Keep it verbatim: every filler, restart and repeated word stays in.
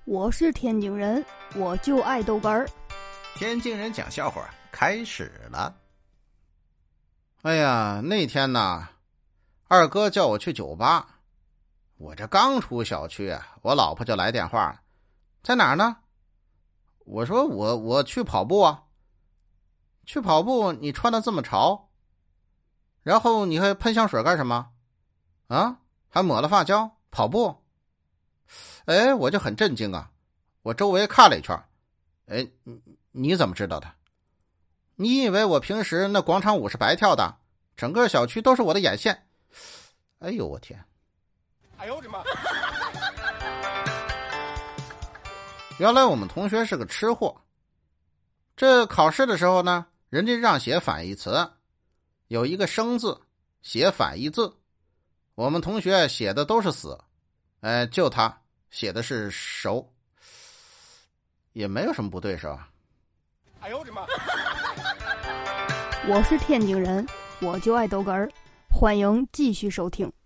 我是天津人，我就爱豆干儿。 天津人讲笑话开始了。哎呀，那天呐，二哥叫我去酒吧，我这刚出小区，我老婆就来电话了，在哪儿呢？我说我我去跑步啊。去跑步你穿得这么潮，然后你还喷香水干什么啊？还抹了发胶跑步？哎，我就很震惊啊，我周围看了一圈，哎，你怎么知道的？你以为我平时那广场舞是白跳的？整个小区都是我的眼线。哎呦我天，哎呦我的妈。原来我们同学是个吃货，这考试的时候呢，人家让写反义词，有一个生字，写反义字，我们同学写的都是死，哎，就他写的是熟，也没有什么不对是吧？ 哎呦我的妈！ 我是天津人，我就爱豆干儿。欢迎继续收听。